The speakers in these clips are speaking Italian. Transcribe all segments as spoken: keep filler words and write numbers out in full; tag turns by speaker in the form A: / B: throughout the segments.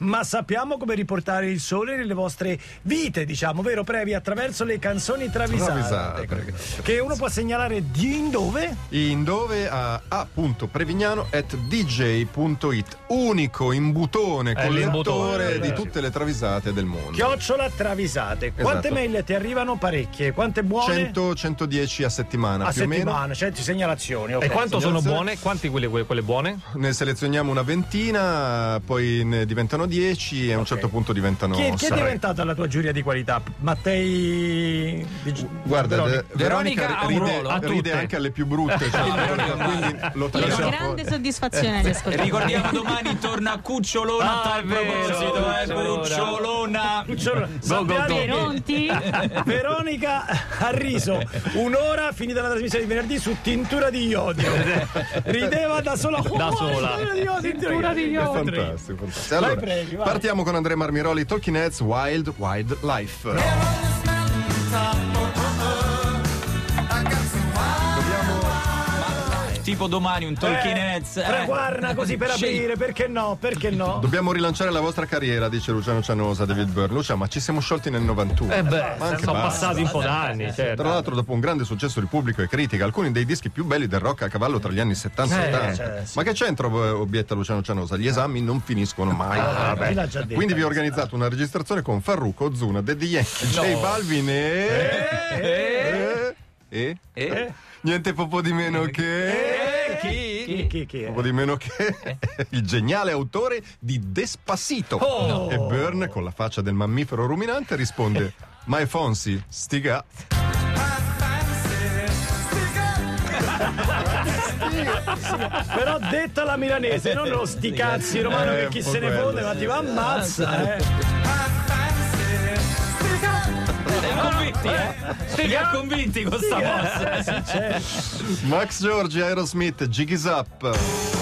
A: ma sappiamo come riportare il sole nelle vostre vite, diciamo, vero Previ? Attraverso le canzoni travisate,
B: Travisate.
A: che uno può segnalare di in dove?
B: In dove a a.prevignano at dj.it, unico imbutone collettore di tutte le travisate del mondo.
A: Chiocciola travisate. Quante
B: Esatto.
A: mail ti arrivano? Parecchie. Quante buone?
B: cento centodieci a settimana
A: a
B: più o
A: settimana,
B: meno.
A: cento segnalazioni. ok.
C: E quanto sono
B: Segnalazione.
C: buone? Quanti quelle, quelle buone?
B: Ne selezioniamo una ventina, poi ne diventano dieci e a un certo punto diventano
A: Chi, chi è
B: sei.
A: diventata la tua giuria di qualità? Mattei di-
B: Guarda,
A: Veronica.
B: de- Veronica,
D: Veronica ha un
B: ride,
D: ruolo.
C: A
B: ride
C: tutte.
B: anche alle più brutte, cioè, Veronica, quindi lo
E: Con
B: tagliamo
E: grande
B: fuori.
E: soddisfazione agli ascoltatori.
D: Ricordiamo domani torna Cucciolona
C: Ah,
D: a tal
C: è vero,
D: proposito, eh,
C: Cucciolona.
D: Cucciolona.
A: Cucciolo-
C: Go, go,
A: sappiate
C: go.
E: Pronti?
A: che Veronica ha riso un'ora finita la trasmissione di venerdì su tintura di iodio. Rideva da sola.
C: Da
A: Oh,
C: sola.
A: tintura di iodio, tintura di
B: È
A: iodio.
B: fantastico, fantastico.
A: Vai,
B: Allora,
A: previ, vai.
B: partiamo con Andrea Marmiroli, Talking Heads, Wild Wild Life.
D: Tipo domani un Talking Heads. eh.
A: Preguarna così per
D: Scegli-
A: aprire, perché no? Perché no?
B: Dobbiamo rilanciare la vostra carriera, dice Luciano Cianosa, David Byrne. Luciano, ma ci siamo sciolti nel novantuno.
C: Eh beh,
B: Ma anche
C: sono
B: basta.
C: passati un po' d'anni, certo.
B: Tra l'altro, dopo un grande successo di pubblico e critica, alcuni dei dischi più belli del rock a cavallo tra gli anni settanta e
C: Eh,
B: settanta.
A: cioè, sì.
B: Ma che c'entro, eh, obietta Luciano Cianosa? Gli esami non finiscono mai.
A: Ah, chi l'ha già detto?
B: Quindi vi ho organizzato una registrazione con Farruko, Ozuna, Daddy Yankee, J Balvin e... E... E...
D: Eh?
B: Niente poco di meno che...
A: Chi, chi, chi è?
B: Poco di meno che il geniale autore di Despacito.
A: Oh.
B: E Byrne, con la faccia del mammifero ruminante, risponde: My Fonsi, stiga.
A: Però detta la milanese, non lo sti cazzi romano
B: Eh,
A: che
B: un
A: chi
B: po'
A: se ne
B: quello,
A: fonde, ma
B: sì.
A: ti va ammazza, eh.
D: Li ha convinti, eh? Li ha convinti con sta mossa.
A: Eh, sì, certo.
B: Max Giorgi, Aerosmith, Jiggy's Up.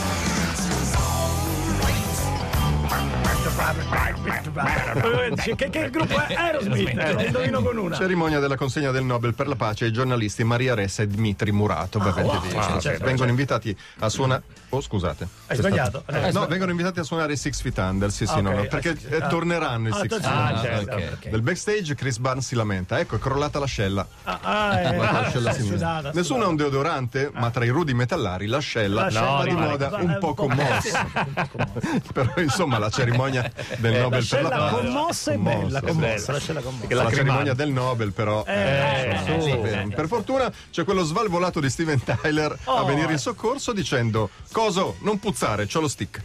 A: Che, che gruppo è? Aerosmith, eh, indovino con una.
B: Cerimonia della consegna del Nobel per la pace ai giornalisti Maria Ressa e Dmitry Muratov.
A: Ah,
B: avete
A: wow,
B: visto?
A: certo,
B: Cioè,
A: certo.
B: vengono invitati a suonare. Oh, scusate.
A: Hai
B: C'è
A: sbagliato.
B: stato-
A: Eh,
B: No, vengono invitati a suonare i Six Feet Under. Sì, sì,
A: Ah,
B: no,
A: ok.
B: no, perché
A: Ah, sì, sì.
B: eh,
A: Ah.
B: torneranno i
A: Ah,
B: Six Feet
A: ah,
B: Under.
A: certo,
D: ok.
A: ok.
B: Del backstage Chris Barnes si lamenta. Ecco, è crollata l'ascella.
A: Ah, ah, eh,
B: L'ascella
A: ah,
B: sinistra.
A: sudata,
B: Nessuno
A: sudata.
B: ha un deodorante, ma tra i rudi metallari l'ascella
A: L'ascella
B: va di
A: va-
B: moda
A: va-
B: un po' commossa. Però insomma la cerimonia del Nobel per la
A: L'ascella
B: pace.
A: commossa è bella, commossa, l'ascella commossa.
B: La cerimonia del Nobel però
A: Eh,
B: insomma,
A: sì,
B: bene. Per fortuna c'è quello svalvolato di Steven Tyler a
A: Oh.
B: venire in soccorso dicendo: Coso, non puzzare, c'ho lo stick.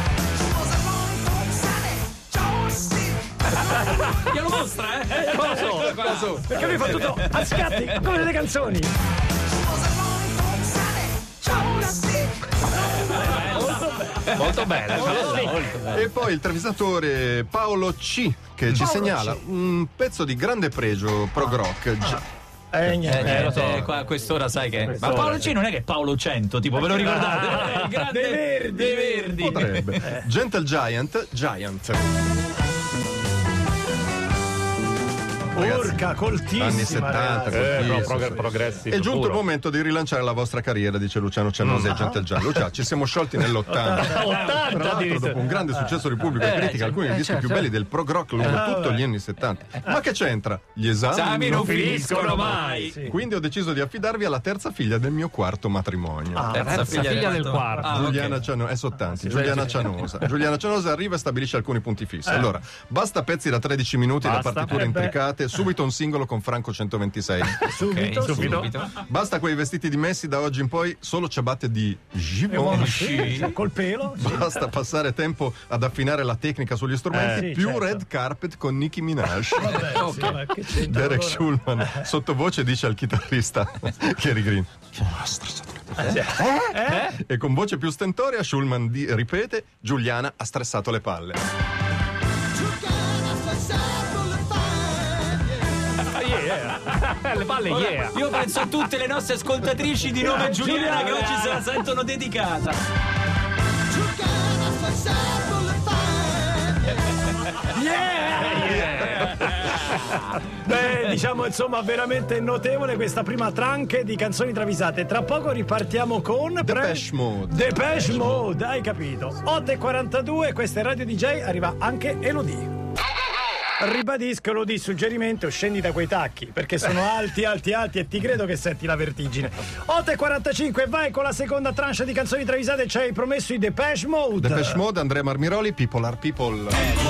D: Glielo mostra, eh?
A: Coso, coso. Perché lui fa tutto a scatti come nelle canzoni.
C: Molto bene, molto bene.
B: E poi il travisatore Paolo C che ci segnala un pezzo di grande pregio prog rock. Gi-
A: Eh,
D: Eh,
A: niente.
D: eh,
C: lo so.
D: eh, qua a quest'ora sai che. Ma
A: quest'ora.
D: Paolo C non è che è Paolo cento, tipo, ve lo ricordate? Eh, il grande
A: Dei Verdi.
D: dei Verdi.
B: Potrebbe. Gentle Giant, Giant. Ragazzi,
A: Urca, coltissima.
B: anni settanta,
A: ragazzi.
C: Eh,
B: coltissimo,
C: no, prog-
B: sì.
C: progressive,
B: È giunto
C: puro.
B: il momento di rilanciare la vostra carriera, dice Luciano Cianosa e Gentle Giant. Luciano, ci siamo sciolti nell'ottanta. Tra
C: ottanta
B: l'altro,
C: addirittura.
B: dopo un grande successo di pubblico e critica, alcuni dei dischi più belli del prog rock lungo tutto gli anni settanta. Ma che c'entra? Gli esami
D: Esami
B: non
D: non
B: finiscono.
D: finiscono mai.
A: Sì.
B: Quindi ho deciso di affidarvi alla terza figlia del mio quarto matrimonio.
A: Ah,
D: Terza
C: figlia del quarto.
D: Ah,
B: Giuliana
D: ok.
B: Cianosa, è Sottanti, Giuliana Cianosa. Giuliana Cianosa arriva e stabilisce alcuni punti fissi. Allora, basta pezzi da tredici minuti da
C: Basta.
B: partiture
A: Eh beh.
B: intricate, subito un singolo con Franco centoventisei.
A: Subito,
D: Ok,
A: subito.
D: subito.
B: Basta quei vestiti dimessi da oggi in poi, solo ciabatte di Givenchy.
A: Sì, col pelo. sì.
B: Basta passare tempo ad affinare la tecnica sugli strumenti,
A: Eh, sì,
B: più
A: certo.
B: red carpet con Nicki Minaj.
A: Vabbè, sì, ma che c'entra
B: Derek
A: allora?
B: Schulman sottovoce dice al chitarrista Kerry Green.
A: Eh?
B: E con voce più stentorea Schulman di- ripete: Giuliana ha stressato le palle.
C: Ah, yeah. Le palle, yeah.
D: Io penso a tutte le nostre ascoltatrici di nome Giuliana che oggi se la sentono dedicata.
A: Beh, diciamo insomma veramente notevole questa prima tranche di canzoni travisate. Tra poco ripartiamo con
B: Depeche Mode.
A: Depeche Mode, hai capito. otto e quarantadue, questa è Radio D J, arriva anche Elodie. Ribadisco, lo di suggerimento, scendi da quei tacchi perché sono alti, alti, alti e ti credo che senti la vertigine. otto e quarantacinque, vai con la seconda tranche di canzoni travisate. Ci hai promesso i Depeche Mode.
B: Depeche Mode, Andrea Marmiroli, People Are People.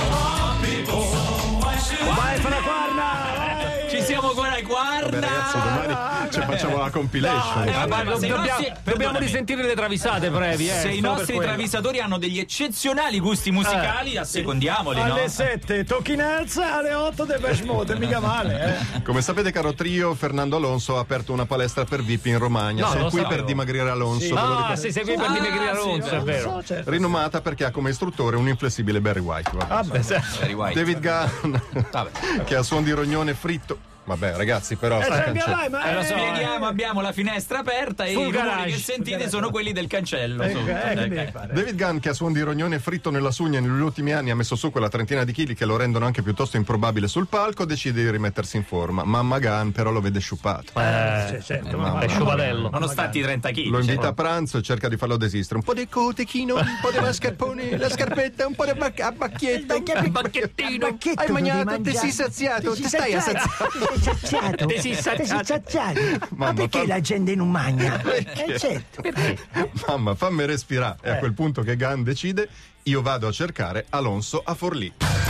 A: Vai, fa la quarna, vai.
D: Ci siamo con la guarda.
B: Vabbè, ragazzi, domani ci facciamo la compilation.
D: Eh, vabbè, ma se i
C: Dobbiamo,
D: nostri-
C: dobbiamo
D: perdonami.
C: risentire le travisate brevi, eh.
D: Se i
C: solo per
D: nostri
C: quello.
D: travisatori hanno degli eccezionali gusti musicali, assecondiamoli, no?
A: Alle sette Talking Heads, alle otto Depeche Mode, mica male, eh.
B: Come sapete, caro trio, Fernando Alonso ha aperto una palestra per V I P in Romagna.
C: No,
B: Sono
C: lo
B: qui
C: sapevo.
B: per dimagrire Alonso.
A: Sì.
B: ve lo
C: Ah,
B: ricordo.
C: sei qui per
D: Ah,
C: dimagrire
D: sì,
C: Alonso,
D: no,
C: è vero.
A: So, certo.
B: Rinomata perché ha come istruttore un inflessibile Barry White. Vabbè.
A: Vabbè, se-
D: Barry White.
B: David Gunn, che ha suon di rognone fritto. Vabbè, ragazzi, però
A: Eh,
B: sta
A: cioè,
B: cancello.
A: vai, ma
C: Eh, lo
A: eh,
C: so,
D: Spieghiamo, abbiamo la finestra aperta e
C: Full
D: i rumori
C: garage.
D: che sentite sono quelli del cancello.
A: eh,
D: su.
A: eh, che
D: Ok.
A: devi fare?
B: David Gunn, che ha suon di rognone fritto nella sugna negli ultimi anni, ha messo su quella trentina di chili che lo rendono anche piuttosto improbabile sul palco, decide di rimettersi in forma. Mamma Gunn però lo vede sciupato.
A: Eh,
C: Eh,
A: certo,
B: mamma
A: ma-
C: è sciupatello.
D: Nonostante i trenta chili.
B: Lo invita a pranzo e cerca di farlo desistere. Un po' di cotechino, un po' di mascarpone, la scarpetta, un po' di bac- a bacchietta, un
D: bacchettino.
B: Hai mangiato, ti sei saziato, ti stai assaziato.
E: Ti sei saziato?
C: Ti sei saziato.
E: Ti sei saziato? Ma
B: Mamma,
E: perché
B: fammi-
E: la gente non mangia?
B: Perché?
E: Eh certo.
B: Mamma, fammi respirare. E a quel punto che Gunn decide, io vado a cercare Alonso a Forlì.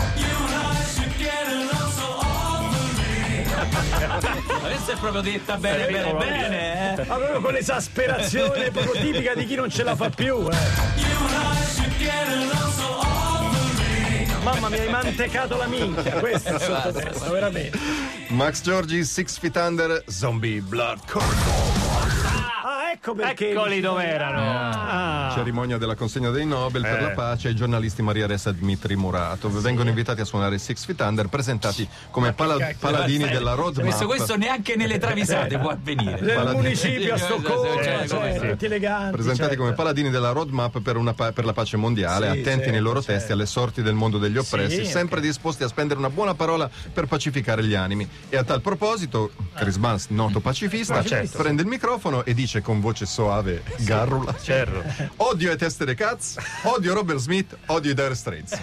D: Adesso è proprio detta bene, bene,
C: vero,
D: bene. eh.
A: Ma proprio con l'esasperazione proprio tipica di chi non ce la fa più, eh. Mamma mi hai mantecato la minchia, questo è sottotesto, veramente.
B: Max Giorgi, Six Feet Under, Zombie Blood Corridor.
A: Ah, ecco perché.
C: Eccoli dove erano. Ah.
B: Cerimonia della consegna dei Nobel per
C: Eh.
B: la pace ai giornalisti Maria Ressa e Dmitry Muratov. Vengono invitati a suonare Six Feet Under, presentati come pala- paladini della roadmap.
D: Questo, questo neanche nelle travisate può avvenire.
A: Del
B: Paladini.
A: municipio a Stoccolma,
D: Eh,
A: cioè,
D: sì.
A: tutti eleganti.
B: Presentati
A: certo.
B: come paladini della roadmap per, una pa- per la pace mondiale,
A: Sì,
B: attenti nei
A: certo,
B: loro
A: certo.
B: testi alle sorti del mondo degli oppressi,
A: Sì,
B: sempre
A: ok.
B: disposti a spendere una buona parola per pacificare gli animi. E a tal proposito, Chris Barnes, noto pacifista,
A: Ma certo.
B: prende il microfono e dice con voce soave, garrula:
C: Certo.
B: odio e teste dei cazzo, odio Robert Smith, odio i Dire Straits.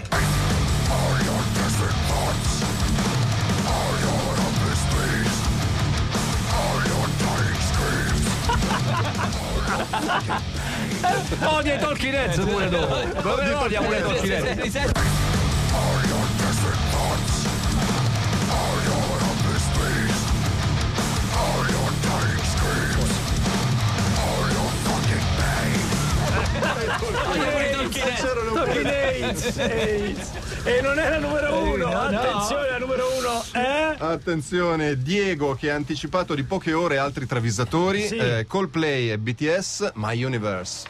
C: Odia i Talking Heads pure dopo. Come odia pure i Talking Heads?
D: Risenti-
B: C'erano
A: Talking Aids, Aids. E non era numero uno, attenzione, la numero uno è.
B: Attenzione, Diego che ha anticipato di poche ore altri travisatori,
A: Sì.
B: eh, Coldplay e B T S, My Universe.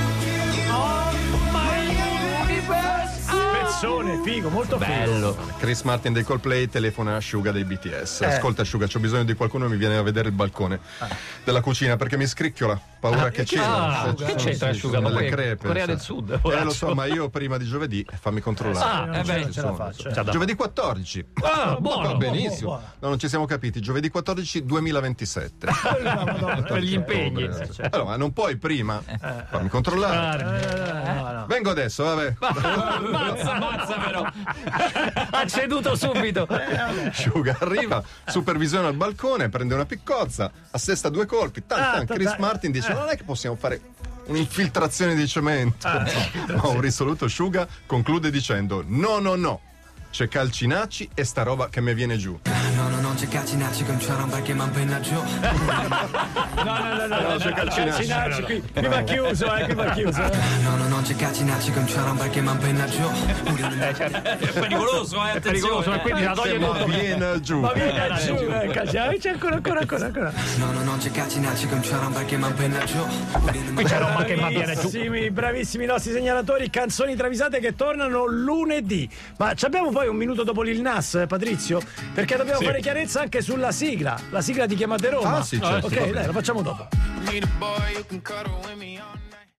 A: Pezzone, figo, molto figo.
C: Bello.
B: Chris Martin dei Coldplay telefona a Asciuga dei B T S.
A: Eh.
B: Ascolta Asciuga, c'ho bisogno di qualcuno che mi viene a vedere il balcone della cucina perché mi scricchiola, paura che c'è.
C: ah,
B: Ci
C: che
B: sono-
C: c'entra
B: ci
C: Asciuga?
B: sono
C: Ma
B: delle
C: poi
B: crepe.
C: Corea
B: sai.
C: del Sud,
B: Eh lo
C: poraccio.
B: so, ma io prima di giovedì, fammi controllare.
C: Ah,
A: Non
C: eh
A: ce
C: beh,
A: la-
B: ci
A: ce la
B: sono.
A: faccio.
C: C'ha da-
B: Giovedì quattordici.
C: Ah, buono.
B: Va benissimo.
A: buono.
B: No, non ci siamo capiti. Giovedì quattordici duemilaventisette.
C: Per gli impegni.
B: Allora, ma non puoi prima farmi controllare. Vengo adesso, vabbè.
D: Ammazza, ammazza però.
C: Ha ceduto subito.
B: Asciuga arriva, supervisiona il balcone, prende una piccozza, assesta due colpi. Tan,
A: Ah,
B: tan.
A: ta-
B: Chris
A: ta-
B: Martin dice: non è che possiamo fare un'infiltrazione di cemento.
A: Ah,
B: Ma un risoluto Asciuga conclude dicendo: no, no, no. C'è Calcinacci e sta roba che mi viene giù.
F: No, no, non c'è Calcinacci con c'era un perché mi appena giù.
A: No, no, no, no,
B: No, c'è Calcinacci.
A: Calcinacci, qui, qui va chiuso, eh, qui va chiuso. eh.
F: No, no, non c'è Calcinacci con c'era un perché mi appena giù.
D: È pericoloso, eh,
C: È pericoloso, e
D: attenzione.
C: quindi la toglie
B: Ma
C: tutto.
B: viene giù.
A: Ma vieni giù, eh, Calcinacci, c'è ancora, ancora, ancora, ancora.
F: No, no, non c'è Calcinacci con c'era un perché mi appena giù.
C: Qui c'è roba che mi viene giù.
A: Bravissimi, bravissimi i nostri segnalatori, canzoni travisate che tornano lunedì. Ma ci abbiamo poi un minuto dopo l'Il Nas, eh, Patrizio? Perché dobbiamo fare chiarezza anche sulla sigla, la sigla di Chiamate Roma.
B: Ah, sì, certo,
A: Ok,
B: va bene.
A: dai, lo facciamo dopo.
G: Need a boy who can cuddle with me all night.